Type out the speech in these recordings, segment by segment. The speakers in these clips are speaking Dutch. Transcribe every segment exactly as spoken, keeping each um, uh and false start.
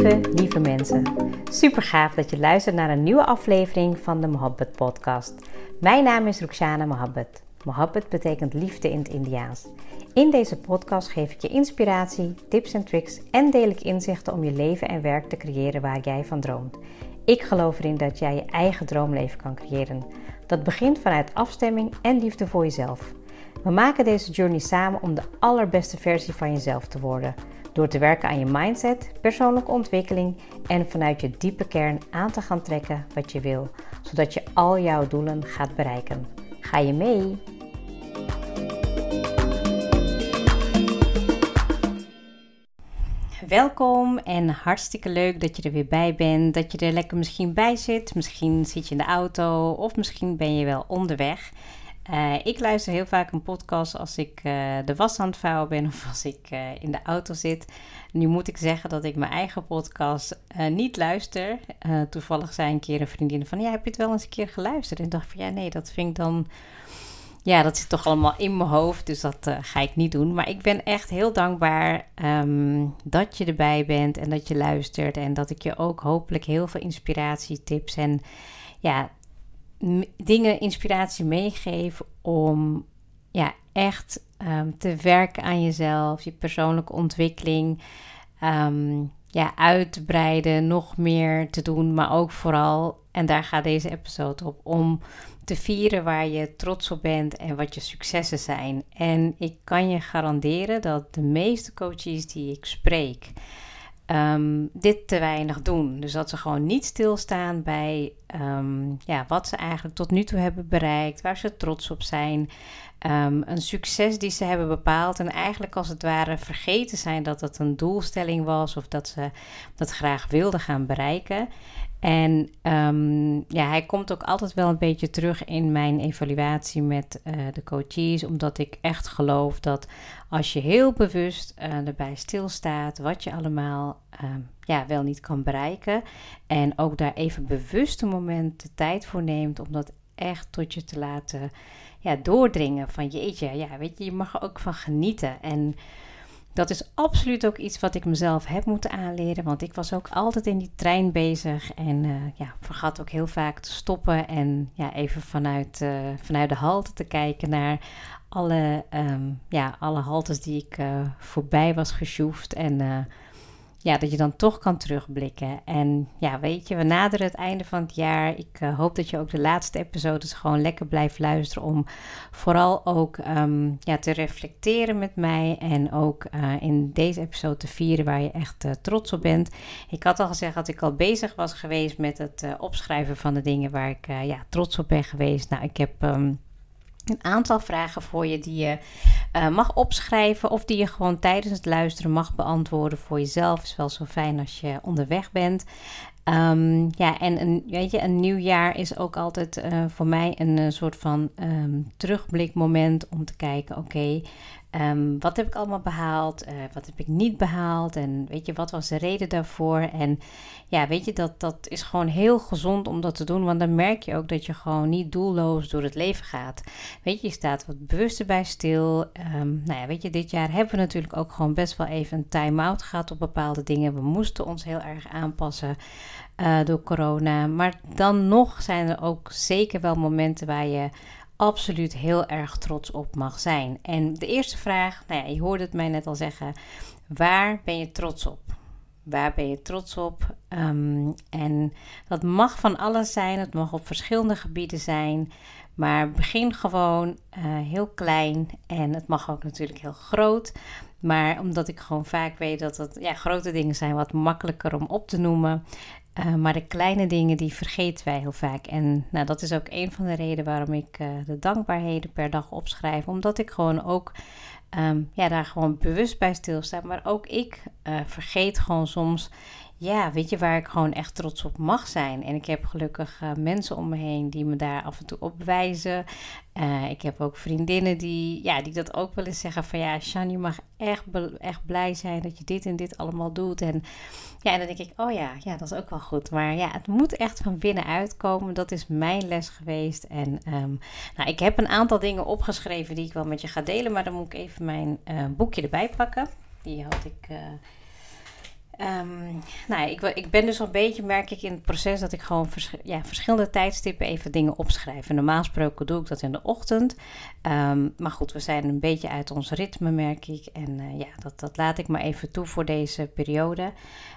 Lieve, lieve mensen. Super gaaf dat je luistert naar een nieuwe aflevering van de Mohabbat podcast. Mijn naam is Rukhsana Mohabbat. Mohabbat betekent liefde in het Indiaans. In deze podcast geef ik je inspiratie, tips en tricks en deel ik inzichten om je leven en werk te creëren waar jij van droomt. Ik geloof erin dat jij je eigen droomleven kan creëren. Dat begint vanuit afstemming en liefde voor jezelf. We maken deze journey samen om de allerbeste versie van jezelf te worden. Door te werken aan je mindset, persoonlijke ontwikkeling en vanuit je diepe kern aan te gaan trekken wat je wil. Zodat je al jouw doelen gaat bereiken. Ga je mee? Welkom en hartstikke leuk dat je er weer bij bent. Dat je er lekker misschien bij zit. Misschien zit je in de auto of misschien ben je wel onderweg. Uh, ik luister heel vaak een podcast als ik uh, de was aan het vouwen ben of als ik uh, in de auto zit. Nu moet ik zeggen dat ik mijn eigen podcast uh, niet luister. Uh, toevallig zei een keer een vriendin van, ja, heb je het wel eens een keer geluisterd? En ik dacht van, ja, nee, dat vind ik dan... Ja, dat zit toch allemaal in mijn hoofd, dus dat uh, ga ik niet doen. Maar ik ben echt heel dankbaar um, dat je erbij bent en dat je luistert. En dat ik je ook hopelijk heel veel inspiratie, tips en ja, m- dingen, inspiratie meegeef om ja, echt um, te werken aan jezelf, je persoonlijke ontwikkeling, um, ja, uit te breiden, nog meer te doen. Maar ook vooral, en daar gaat deze episode op, om te vieren waar je trots op bent en wat je successen zijn. En ik kan je garanderen dat de meeste coaches die ik spreek um, dit te weinig doen. Dus dat ze gewoon niet stilstaan bij um, ja, wat ze eigenlijk tot nu toe hebben bereikt, waar ze trots op zijn. Um, een succes die ze hebben bepaald en eigenlijk als het ware vergeten zijn dat het een doelstelling was of dat ze dat graag wilden gaan bereiken. En um, ja, hij komt ook altijd wel een beetje terug in mijn evaluatie met uh, de coaches, omdat ik echt geloof dat als je heel bewust uh, erbij stilstaat wat je allemaal um, ja, wel niet kan bereiken en ook daar even bewust een moment de tijd voor neemt om dat echt tot je te laten ja, doordringen van jeetje, ja, weet je, je mag er ook van genieten. En dat is absoluut ook iets wat ik mezelf heb moeten aanleren, want ik was ook altijd in die trein bezig en uh, ja, vergat ook heel vaak te stoppen en ja, even vanuit, uh, vanuit de halte te kijken naar alle, um, ja, alle haltes die ik uh, voorbij was gesjoefd en uh, ja, dat je dan toch kan terugblikken. En ja, weet je, we naderen het einde van het jaar. Ik uh, hoop dat je ook de laatste episodes gewoon lekker blijft luisteren om vooral ook um, ja, te reflecteren met mij en ook uh, in deze episode te vieren waar je echt uh, trots op bent. Ik had al gezegd dat ik al bezig was geweest met het uh, opschrijven van de dingen waar ik uh, ja, trots op ben geweest. Nou, ik heb Um, een aantal vragen voor je die je uh, mag opschrijven of die je gewoon tijdens het luisteren mag beantwoorden voor jezelf. Is wel zo fijn als je onderweg bent. Um, ja, en een, weet je, een nieuw jaar is ook altijd uh, voor mij een uh, soort van um, terugblikmoment om te kijken, oké, okay, um, wat heb ik allemaal behaald? Uh, wat heb ik niet behaald? En weet je, wat was de reden daarvoor? En ja, weet je, dat, dat is gewoon heel gezond om dat te doen, want dan merk je ook dat je gewoon niet doelloos door het leven gaat. Weet je, je staat wat bewuster bij stil. Um, nou ja, weet je, dit jaar hebben we natuurlijk ook gewoon best wel even een time-out gehad op bepaalde dingen. We moesten ons heel erg aanpassen Uh, door corona. Maar dan nog zijn er ook zeker wel momenten waar je absoluut heel erg trots op mag zijn. En de eerste vraag, nou ja, je hoorde het mij net al zeggen. Waar ben je trots op? Waar ben je trots op? Um, en dat mag van alles zijn. Het mag op verschillende gebieden zijn. Maar begin gewoon uh, heel klein. En het mag ook natuurlijk heel groot. Maar omdat ik gewoon vaak weet dat het, ja, grote dingen zijn wat makkelijker om op te noemen. Uh, maar de kleine dingen, die vergeten wij heel vaak. En nou, dat is ook een van de redenen waarom ik uh, de dankbaarheden per dag opschrijf. Omdat ik gewoon ook um, ja, daar gewoon bewust bij stilsta. Maar ook ik uh, vergeet gewoon soms, ja, weet je, waar ik gewoon echt trots op mag zijn. En ik heb gelukkig uh, mensen om me heen die me daar af en toe op wijzen. Uh, ik heb ook vriendinnen die, ja, die dat ook wel eens zeggen van ja, Shan, je mag echt, be- echt blij zijn dat je dit en dit allemaal doet. En ja, en dan denk ik, oh ja, ja, dat is ook wel goed. Maar ja, het moet echt van binnenuit komen. Dat is mijn les geweest. En um, nou, ik heb een aantal dingen opgeschreven die ik wel met je ga delen. Maar dan moet ik even mijn uh, boekje erbij pakken. Die had ik Uh, Um, nou, ik, ik ben dus al een beetje, merk ik in het proces, dat ik gewoon vers, ja, verschillende tijdstippen even dingen opschrijf. En normaal gesproken doe ik dat in de ochtend. Um, maar goed, we zijn een beetje uit ons ritme, merk ik. En uh, ja, dat, dat laat ik maar even toe voor deze periode.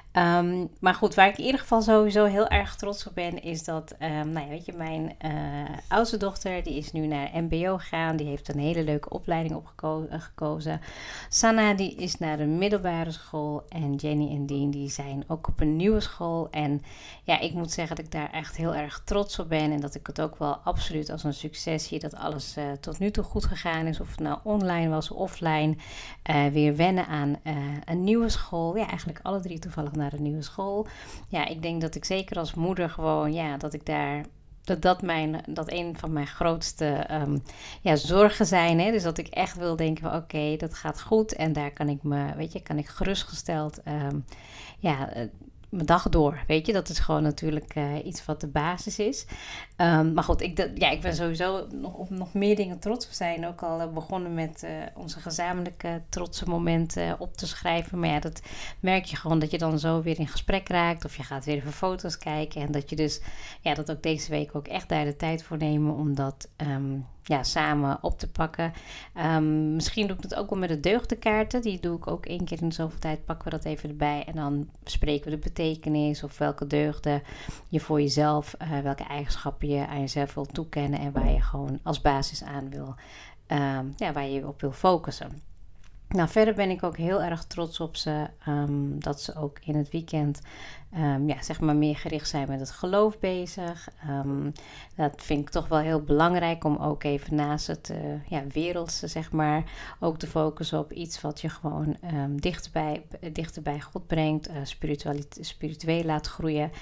Um, maar goed, waar ik in ieder geval sowieso heel erg trots op ben, is dat, um, nou ja, weet je, mijn uh, oudste dochter, die is nu naar M B O gegaan. Die heeft een hele leuke opleiding opgekozen. Sanna, die is naar de middelbare school. En Jenny en Dean, die zijn ook op een nieuwe school. En ja, ik moet zeggen dat ik daar echt heel erg trots op ben. En dat ik het ook wel absoluut als een succes zie, dat alles uh, tot nu toe goed gegaan is. Of het nou online was of offline. Uh, weer wennen aan uh, een nieuwe school. Ja, eigenlijk alle drie toevallig naar een nieuwe school. Ja, ik denk dat ik zeker als moeder gewoon, ja, dat ik daar, dat dat mijn, dat een van mijn grootste um, ja, zorgen zijn. Hè? Dus dat ik echt wil denken van, oké, okay, dat gaat goed en daar kan ik me, weet je, kan ik gerustgesteld, um, ja, uh, mijn dag door, weet je. Dat is gewoon natuurlijk uh, iets wat de basis is. Um, maar goed, ik, dat, ja, ik ben sowieso nog op nog meer dingen trots. We zijn ook al uh, begonnen met uh, onze gezamenlijke trotse momenten uh, op te schrijven. Maar ja, dat merk je gewoon dat je dan zo weer in gesprek raakt. Of je gaat weer even foto's kijken. En dat je dus, ja, dat ook deze week ook echt daar de tijd voor nemen om dat um, ja, samen op te pakken. Um, misschien doe ik dat ook wel met de deugdenkaarten. Die doe ik ook één keer in de zoveel tijd. Pakken we dat even erbij. En dan bespreken we de betekenis of welke deugden je voor jezelf, uh, welke eigenschappen je aan jezelf wil toekennen en waar je gewoon als basis aan wil, um, ja, waar je op wil focussen. Nou, verder ben ik ook heel erg trots op ze, um, dat ze ook in het weekend, um, ja, zeg maar meer gericht zijn met het geloof bezig. Um, dat vind ik toch wel heel belangrijk om ook even naast het uh, ja, wereldse, zeg maar, ook te focussen op iets wat je gewoon um, dichterbij, dichterbij God brengt, uh, spiritueel laat groeien.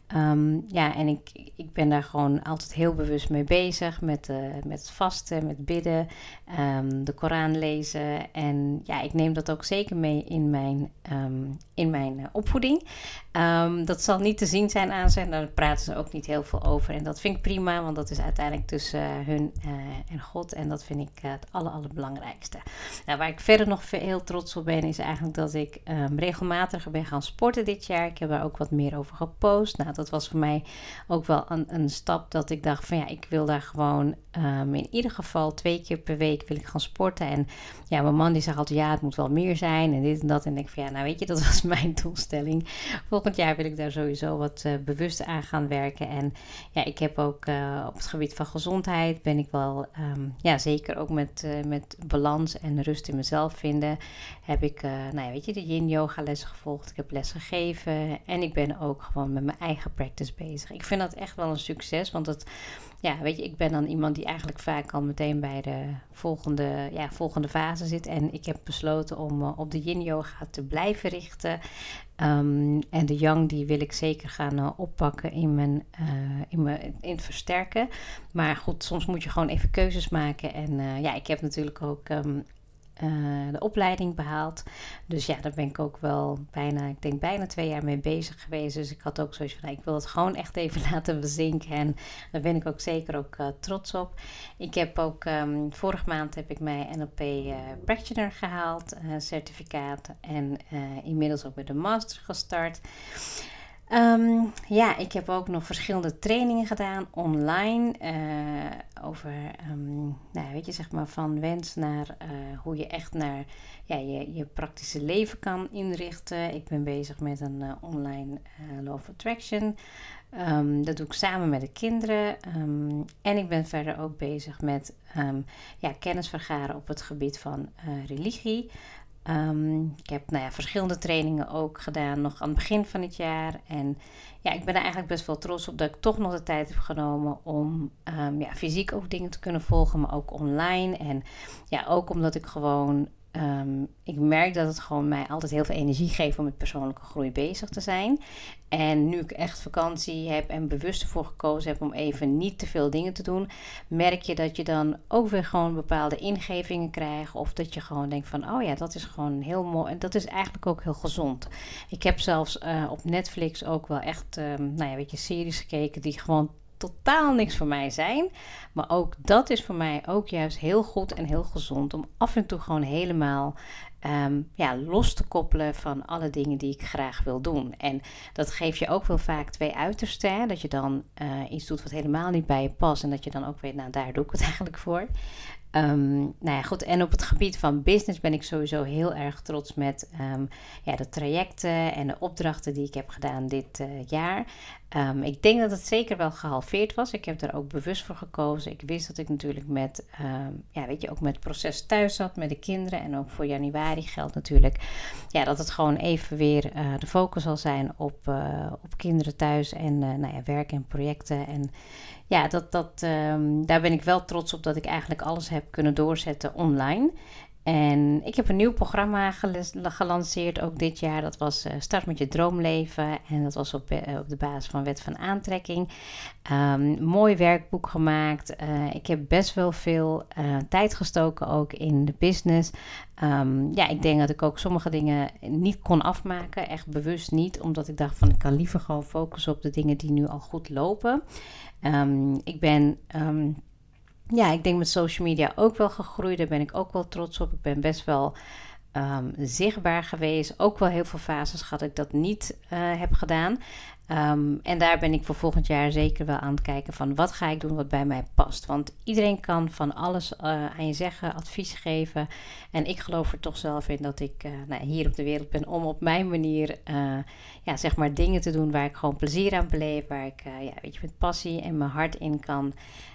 Um, ja, en ik, ik ben daar gewoon altijd heel bewust mee bezig met, uh, met het vasten, met bidden, um, de Koran lezen. En ja, ik neem dat ook zeker mee in mijn, um, in mijn uh, opvoeding. Um, dat zal niet te zien zijn aan ze en daar praten ze ook niet heel veel over. En dat vind ik prima, want dat is uiteindelijk tussen uh, hun uh, en God. En dat vind ik uh, het aller, allerbelangrijkste. Nou, waar ik verder nog heel trots op ben, is eigenlijk dat ik um, regelmatig ben gaan sporten dit jaar. Ik heb daar ook wat meer over gepost. Nou, dat was voor mij ook wel een, een stap dat ik dacht van ja, ik wil daar gewoon um, in ieder geval twee keer per week wil ik gaan sporten. En ja, mijn man die zegt altijd ja, het moet wel meer zijn en dit en dat. En ik denk van ja, nou weet je, dat was mijn doelstelling. Volgend jaar wil ik daar sowieso wat uh, bewust aan gaan werken. En ja, ik heb ook uh, op het gebied van gezondheid ben ik wel, um, ja zeker ook met, uh, met balans en rust in mezelf vinden, heb ik, uh, nou ja, weet je, de yin yoga lessen gevolgd. Ik heb les gegeven en ik ben ook gewoon met mijn eigen practice bezig. Ik vind dat echt wel een succes, want het, ja, weet je, ik ben dan iemand die eigenlijk vaak al meteen bij de volgende, ja, volgende fase zit. En ik heb besloten om uh, op de yin yoga te blijven richten. Um, en de yang, die wil ik zeker gaan uh, oppakken in mijn, uh, in mijn in het versterken. Maar goed, soms moet je gewoon even keuzes maken. En uh, ja, ik heb natuurlijk ook Um, Uh, de opleiding behaald. Dus ja, daar ben ik ook wel bijna, ik denk bijna twee jaar mee bezig geweest. Dus ik had ook zoiets van, nou, ik wil het gewoon echt even laten bezinken. En daar ben ik ook zeker ook uh, trots op. Ik heb ook, um, vorige maand heb ik mijn N L P uh, Practitioner gehaald, uh, certificaat. En uh, inmiddels ook met de master gestart. Um, ja, ik heb ook nog verschillende trainingen gedaan online uh, over, um, nou weet je, zeg maar van wens naar uh, hoe je echt naar ja, je, je praktische leven kan inrichten. Ik ben bezig met een uh, online uh, Law of Attraction. Um, dat doe ik samen met de kinderen. Um, en ik ben verder ook bezig met um, ja, kennis vergaren op het gebied van uh, religie. Um, ik heb nou ja, verschillende trainingen ook gedaan, nog aan het begin van het jaar. En ja, ik ben er eigenlijk best wel trots op dat ik toch nog de tijd heb genomen om um, ja, fysiek ook dingen te kunnen volgen, maar ook online. En ja, ook omdat ik gewoon, um, ik merk dat het gewoon mij altijd heel veel energie geeft om met persoonlijke groei bezig te zijn. En nu ik echt vakantie heb en bewust ervoor gekozen heb om even niet te veel dingen te doen, merk je dat je dan ook weer gewoon bepaalde ingevingen krijgt. Of dat je gewoon denkt van, oh ja, dat is gewoon heel mooi. En dat is eigenlijk ook heel gezond. Ik heb zelfs uh, op Netflix ook wel echt, um, nou ja, weet je, series gekeken die gewoon totaal niks voor mij zijn. Maar ook dat is voor mij ook juist heel goed en heel gezond om af en toe gewoon helemaal um, ja, los te koppelen van alle dingen die ik graag wil doen. En dat geeft je ook wel vaak twee uitersten. Hè? Dat je dan uh, iets doet wat helemaal niet bij je past en dat je dan ook weet, nou daar doe ik het eigenlijk voor. Um, nou ja, goed. En op het gebied van business ben ik sowieso heel erg trots met um, ja, de trajecten en de opdrachten die ik heb gedaan dit uh, jaar. Um, ik denk dat het zeker wel gehalveerd was. Ik heb er ook bewust voor gekozen. Ik wist dat ik natuurlijk met, um, ja, weet je, ook met het proces thuis zat met de kinderen. En ook voor januari geldt natuurlijk, ja, dat het gewoon even weer uh, de focus zal zijn op, uh, op kinderen thuis en uh, nou ja, werk en projecten. En ja, dat, dat, um, daar ben ik wel trots op dat ik eigenlijk alles heb kunnen doorzetten online. En ik heb een nieuw programma gelanceerd ook dit jaar. Dat was uh, Start met je droomleven. En dat was op, uh, op de basis van Wet van Aantrekking. Um, mooi werkboek gemaakt. Uh, ik heb best wel veel uh, tijd gestoken ook in de business. Um, ja, ik denk dat ik ook sommige dingen niet kon afmaken. Echt bewust niet. Omdat ik dacht van ik kan liever gewoon focussen op de dingen die nu al goed lopen. Um, ik ben... Um, Ja, ik denk met social media ook wel gegroeid. Daar ben ik ook wel trots op. Ik ben best wel um, zichtbaar geweest. Ook wel heel veel fases gehad dat ik dat niet uh, heb gedaan. Um, en daar ben ik voor volgend jaar zeker wel aan het kijken van wat ga ik doen wat bij mij past. Want iedereen kan van alles uh, aan je zeggen, advies geven. En ik geloof er toch zelf in dat ik uh, nou, hier op de wereld ben om op mijn manier uh, ja, zeg maar dingen te doen waar ik gewoon plezier aan beleef. Waar ik uh, ja, weet je, met passie en mijn hart in kan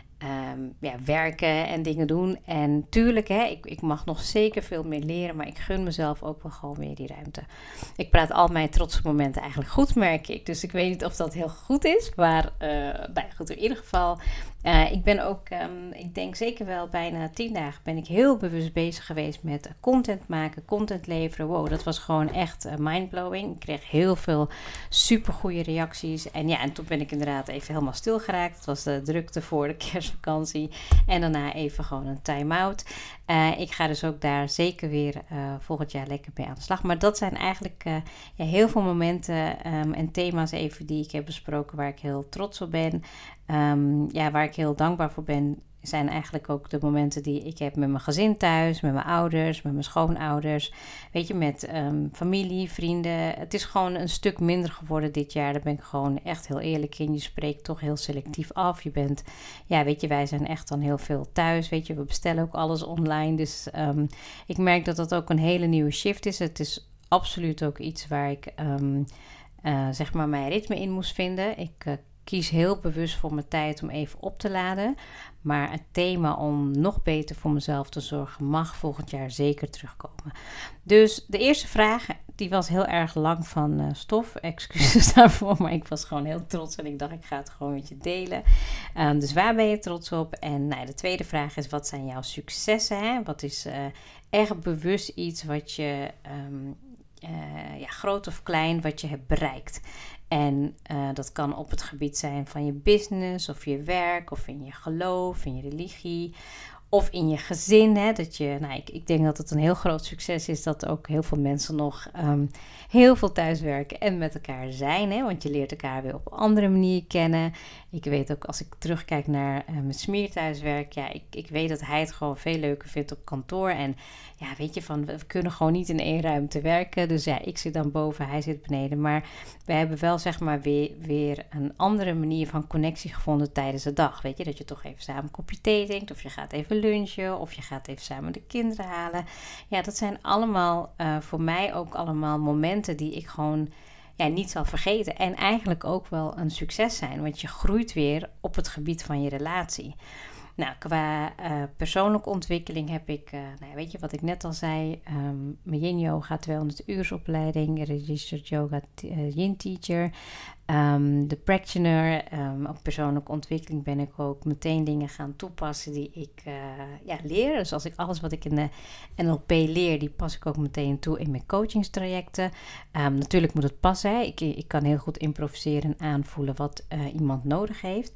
Um, ja, werken en dingen doen. En tuurlijk, hè, ik, ik mag nog zeker veel meer leren, maar ik gun mezelf ook wel gewoon weer die ruimte. Ik praat al mijn trotse momenten eigenlijk goed, merk ik. Dus ik weet niet of dat heel goed is, maar uh, nou, goed, in ieder geval. Uh, ik ben ook, um, ik denk zeker wel bijna tien dagen ben ik heel bewust bezig geweest met content maken, content leveren. Wow, dat was gewoon echt uh, mindblowing. Ik kreeg heel veel supergoeie reacties. En ja, en toen ben ik inderdaad even helemaal stil geraakt. Het was de drukte voor de kerstvakantie. En daarna even gewoon een time-out. Uh, ik ga dus ook daar zeker weer uh, volgend jaar lekker mee aan de slag. Maar dat zijn eigenlijk uh, ja, heel veel momenten um, en thema's even die ik heb besproken waar ik heel trots op ben. Um, ja, waar ik heel dankbaar voor ben, zijn eigenlijk ook de momenten die ik heb met mijn gezin thuis, met mijn ouders, met mijn schoonouders. Weet je, met um, familie, vrienden. Het is gewoon een stuk minder geworden dit jaar. Daar ben ik gewoon echt heel eerlijk in. Je spreekt toch heel selectief af. Je bent, ja, weet je, wij zijn echt dan heel veel thuis. Weet je, we bestellen ook alles online. Dus um, ik merk dat dat ook een hele nieuwe shift is. Het is absoluut ook iets waar ik, um, uh, zeg maar, mijn ritme in moest vinden. Ik uh, kies heel bewust voor mijn tijd om even op te laden. Maar het thema om nog beter voor mezelf te zorgen mag volgend jaar zeker terugkomen. Dus de eerste vraag, die was heel erg lang van uh, stof. Excuses daarvoor, maar ik was gewoon heel trots en ik dacht ik ga het gewoon met je delen. Um, dus waar ben je trots op? En nou, de tweede vraag is, wat zijn jouw successen? Hè? Wat is uh, echt bewust iets wat je, um, uh, ja, groot of klein, wat je hebt bereikt? En uh, dat kan op het gebied zijn van je business of je werk of in je geloof, in je religie of in je gezin. Hè, dat je, nou, ik, ik denk dat het een heel groot succes is dat ook heel veel mensen nog um, heel veel thuiswerken en met elkaar zijn. Hè, want je leert elkaar weer op een andere manier kennen. Ik weet ook als ik terugkijk naar uh, mijn smeerthuiswerk, ja, ik, ik weet dat hij het gewoon veel leuker vindt op kantoor. En ja, weet je, van we kunnen gewoon niet in één ruimte werken. Dus ja, ik zit dan boven, hij zit beneden. Maar we hebben wel zeg maar weer, weer een andere manier van connectie gevonden tijdens de dag. Weet je, dat je toch even samen een kopje thee drinkt, of je gaat even lunchen, of je gaat even samen de kinderen halen. Ja, dat zijn allemaal uh, voor mij ook allemaal momenten die ik gewoon ja, niet zal vergeten. En eigenlijk ook wel een succes zijn, want je groeit weer op het gebied van je relatie. Nou, qua uh, persoonlijke ontwikkeling heb ik, uh, nou, weet je wat ik net al zei, um, mijn yin yoga tweehonderd uursopleiding, registered yoga t- uh, yin teacher, um, de practitioner, um, op persoonlijke ontwikkeling ben ik ook meteen dingen gaan toepassen die ik uh, ja, leer. Dus als ik alles wat ik in de N L P leer, die pas ik ook meteen toe in mijn coachingstrajecten. Um, natuurlijk moet het passen. Hè. Ik, ik kan heel goed improviseren en aanvoelen wat uh, iemand nodig heeft.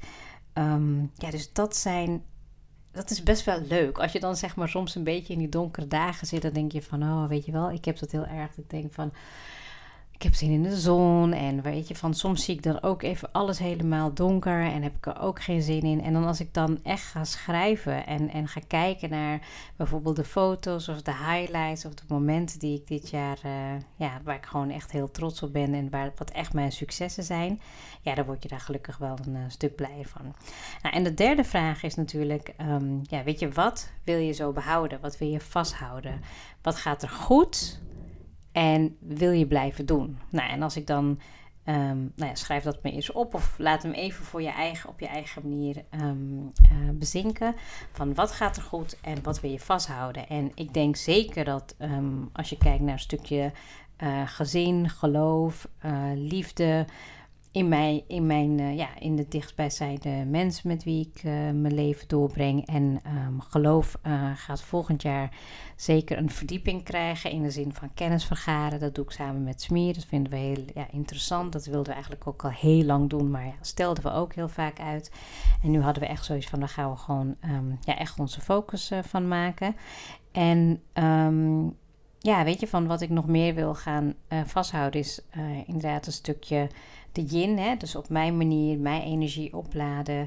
Um, ja, dus dat zijn, dat is best wel leuk. Als je dan zeg maar soms een beetje in die donkere dagen zit, dan denk je van, oh, weet je wel, ik heb dat heel erg. Ik denk van, ik heb zin in de zon. En weet je, van soms zie ik dan ook even alles helemaal donker. En heb ik er ook geen zin in. En dan als ik dan echt ga schrijven. En, en ga kijken naar bijvoorbeeld de foto's of de highlights. Of de momenten die ik dit jaar, uh, ja, waar ik gewoon echt heel trots op ben. En waar, wat echt mijn successen zijn. Ja, dan word je daar gelukkig wel een uh, stuk blij van. Nou, en de derde vraag is natuurlijk, um, ja, weet je, wat wil je zo behouden? Wat wil je vasthouden? Wat gaat er goed? En wil je blijven doen? Nou, en als ik dan, um, nou ja, schrijf dat maar eens op. Of laat hem even voor je eigen, op je eigen manier um, uh, bezinken. Van wat gaat er goed en wat wil je vasthouden? En ik denk zeker dat um, als je kijkt naar een stukje uh, gezin, geloof, uh, liefde. In, mij, in, mijn, uh, ja, in de dichtstbijzijnde mensen met wie ik uh, mijn leven doorbreng. En um, geloof uh, gaat volgend jaar zeker een verdieping krijgen in de zin van kennis vergaren. Dat doe ik samen met Smier. Dat vinden we heel ja, interessant. Dat wilden we eigenlijk ook al heel lang doen, maar ja, stelden we ook heel vaak uit. En nu hadden we echt zoiets van, daar gaan we gewoon um, ja, echt onze focus uh, van maken. En um, ja, weet je, van wat ik nog meer wil gaan uh, vasthouden is uh, inderdaad een stukje de yin, hè? Dus op mijn manier, mijn energie opladen.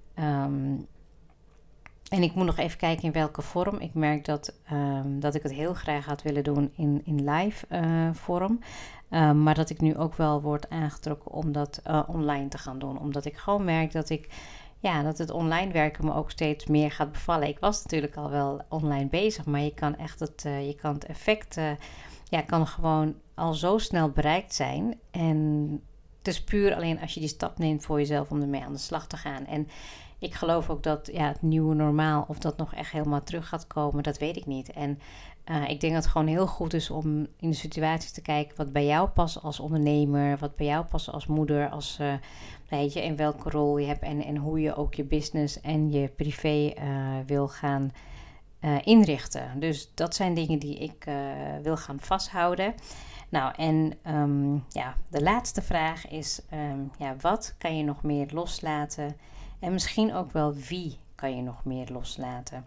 Um, en ik moet nog even kijken in welke vorm. Ik merk dat, um, dat ik het heel graag had willen doen in, in live uh, vorm. Um, maar dat ik nu ook wel word aangetrokken om dat uh, online te gaan doen. Omdat ik gewoon merk dat ik, ja, dat het online werken me ook steeds meer gaat bevallen. Ik was natuurlijk al wel online bezig, maar je kan echt het, uh, je kan het effect, uh, ja, kan gewoon al zo snel bereikt zijn. En het is puur alleen als je die stap neemt voor jezelf om ermee aan de slag te gaan. En ik geloof ook dat ja, het nieuwe normaal, of dat nog echt helemaal terug gaat komen, dat weet ik niet. En uh, ik denk dat het gewoon heel goed is om in de situatie te kijken wat bij jou past als ondernemer, wat bij jou past als moeder, als, uh, weet je, in welke rol je hebt en, en hoe je ook je business en je privé uh, wil gaan uh, inrichten. Dus dat zijn dingen die ik uh, wil gaan vasthouden. Nou, en um, ja, de laatste vraag is, um, ja, wat kan je nog meer loslaten? En misschien ook wel wie kan je nog meer loslaten?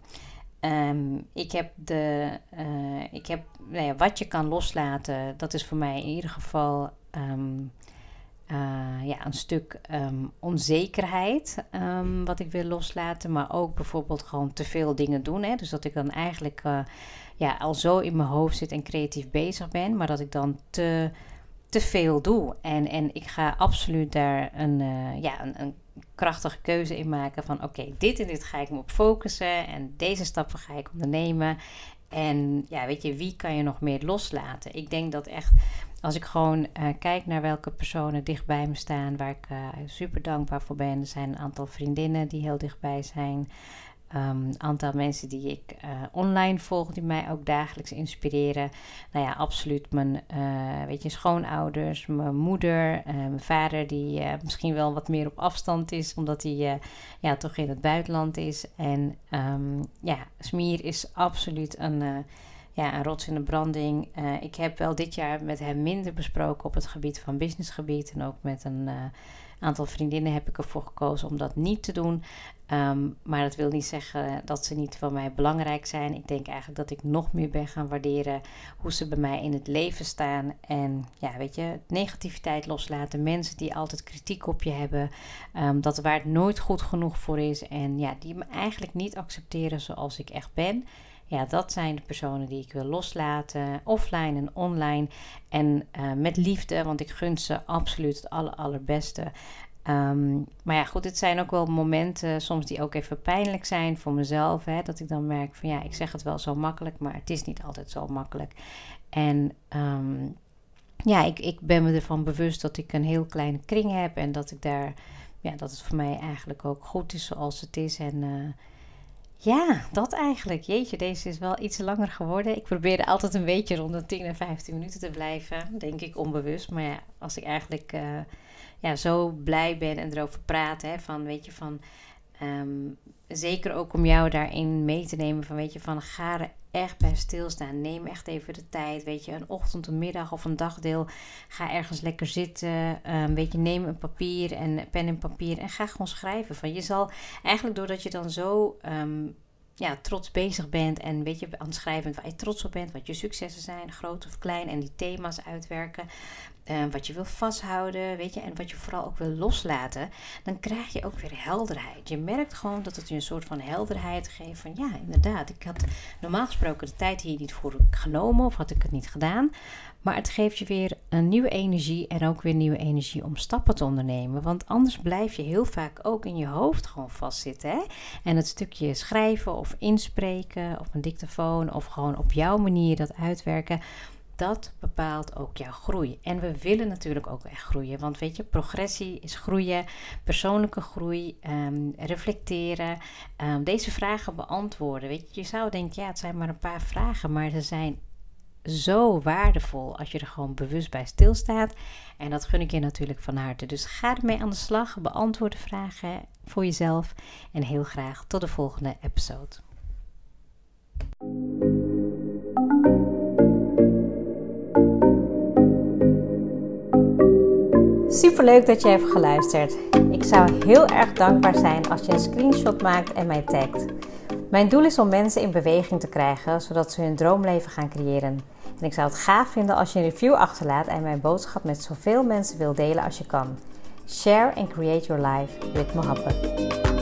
Um, ik heb de, uh, ik heb, nou ja, wat je kan loslaten, dat is voor mij in ieder geval um, uh, ja, een stuk um, onzekerheid um, wat ik wil loslaten. Maar ook bijvoorbeeld gewoon te veel dingen doen. Hè? Dus dat ik dan eigenlijk uh, ja, al zo in mijn hoofd zit en creatief bezig ben. Maar dat ik dan te, te veel doe. En, en ik ga absoluut daar een, uh, ja, een, een krachtige keuze in maken van oké, okay, dit en dit ga ik me op focussen. En deze stappen ga ik ondernemen. En ja, weet je, wie kan je nog meer loslaten? Ik denk dat echt, als ik gewoon uh, kijk naar welke personen dichtbij me staan, waar ik uh, super dankbaar voor ben. Er zijn een aantal vriendinnen die heel dichtbij zijn. Een um, aantal mensen die ik uh, online volg, die mij ook dagelijks inspireren. Nou ja, absoluut mijn uh, weet je, schoonouders, mijn moeder, uh, mijn vader, die uh, misschien wel wat meer op afstand is, omdat hij uh, ja, toch in het buitenland is. En um, ja, Smier is absoluut een, uh, ja, een rots in de branding. Uh, ik heb wel dit jaar met hem minder besproken op het gebied van businessgebied. En ook met een uh, aantal vriendinnen heb ik ervoor gekozen om dat niet te doen. Um, maar dat wil niet zeggen dat ze niet voor mij belangrijk zijn. Ik denk eigenlijk dat ik nog meer ben gaan waarderen hoe ze bij mij in het leven staan. En ja, weet je, negativiteit loslaten. Mensen die altijd kritiek op je hebben. Um, dat waar het nooit goed genoeg voor is. En ja, die me eigenlijk niet accepteren zoals ik echt ben. Ja, dat zijn de personen die ik wil loslaten, offline en online. En uh, met liefde, want ik gun ze absoluut het aller, allerbeste. Um, maar ja, goed, het zijn ook wel momenten soms die ook even pijnlijk zijn voor mezelf. Hè, dat ik dan merk van ja, ik zeg het wel zo makkelijk, maar het is niet altijd zo makkelijk. En um, ja, ik, ik ben me ervan bewust dat ik een heel kleine kring heb. En dat ik daar, ja, dat het voor mij eigenlijk ook goed is zoals het is. En uh, ja, dat eigenlijk. Jeetje, deze is wel iets langer geworden. Ik probeerde altijd een beetje rond de tien en vijftien minuten te blijven. Denk ik onbewust. Maar ja, als ik eigenlijk uh, ja, zo blij ben en erover praat. Hè, van, weet je, van... Um, zeker ook om jou daarin mee te nemen. Van, weet je, van ga er echt bij stilstaan. Neem echt even de tijd. Weet je, een ochtend, een middag of een dagdeel. Ga ergens lekker zitten. Um, weet je, neem een papier en pen en papier. En ga gewoon schrijven. Van, je zal eigenlijk doordat je dan zo... Um, ja, trots bezig bent en weet je, aan het schrijven bent waar je trots op bent, wat je successen zijn, groot of klein, en die thema's uitwerken, uh, wat je wil vasthouden, weet je, en wat je vooral ook wil loslaten, dan krijg je ook weer helderheid. Je merkt gewoon dat het je een soort van helderheid geeft van ja, inderdaad, ik had normaal gesproken de tijd hier niet voor genomen of had ik het niet gedaan. Maar het geeft je weer een nieuwe energie en ook weer nieuwe energie om stappen te ondernemen. Want anders blijf je heel vaak ook in je hoofd gewoon vastzitten. Hè? En het stukje schrijven of inspreken op een dictafoon of gewoon op jouw manier dat uitwerken, dat bepaalt ook jouw groei. En we willen natuurlijk ook echt groeien. Want weet je, progressie is groeien, persoonlijke groei, um, reflecteren, um, deze vragen beantwoorden. Weet je, je zou denken, ja, het zijn maar een paar vragen, maar ze zijn zo waardevol als je er gewoon bewust bij stilstaat. En dat gun ik je natuurlijk van harte. Dus ga ermee aan de slag, beantwoord de vragen voor jezelf en heel graag tot de volgende episode. Superleuk dat je hebt geluisterd. Ik zou heel erg dankbaar zijn als je een screenshot maakt en mij tagt. Mijn doel is om mensen in beweging te krijgen, zodat ze hun droomleven gaan creëren. En ik zou het gaaf vinden als je een review achterlaat en mijn boodschap met zoveel mensen wil delen als je kan. Share and create your life with Mohabbat.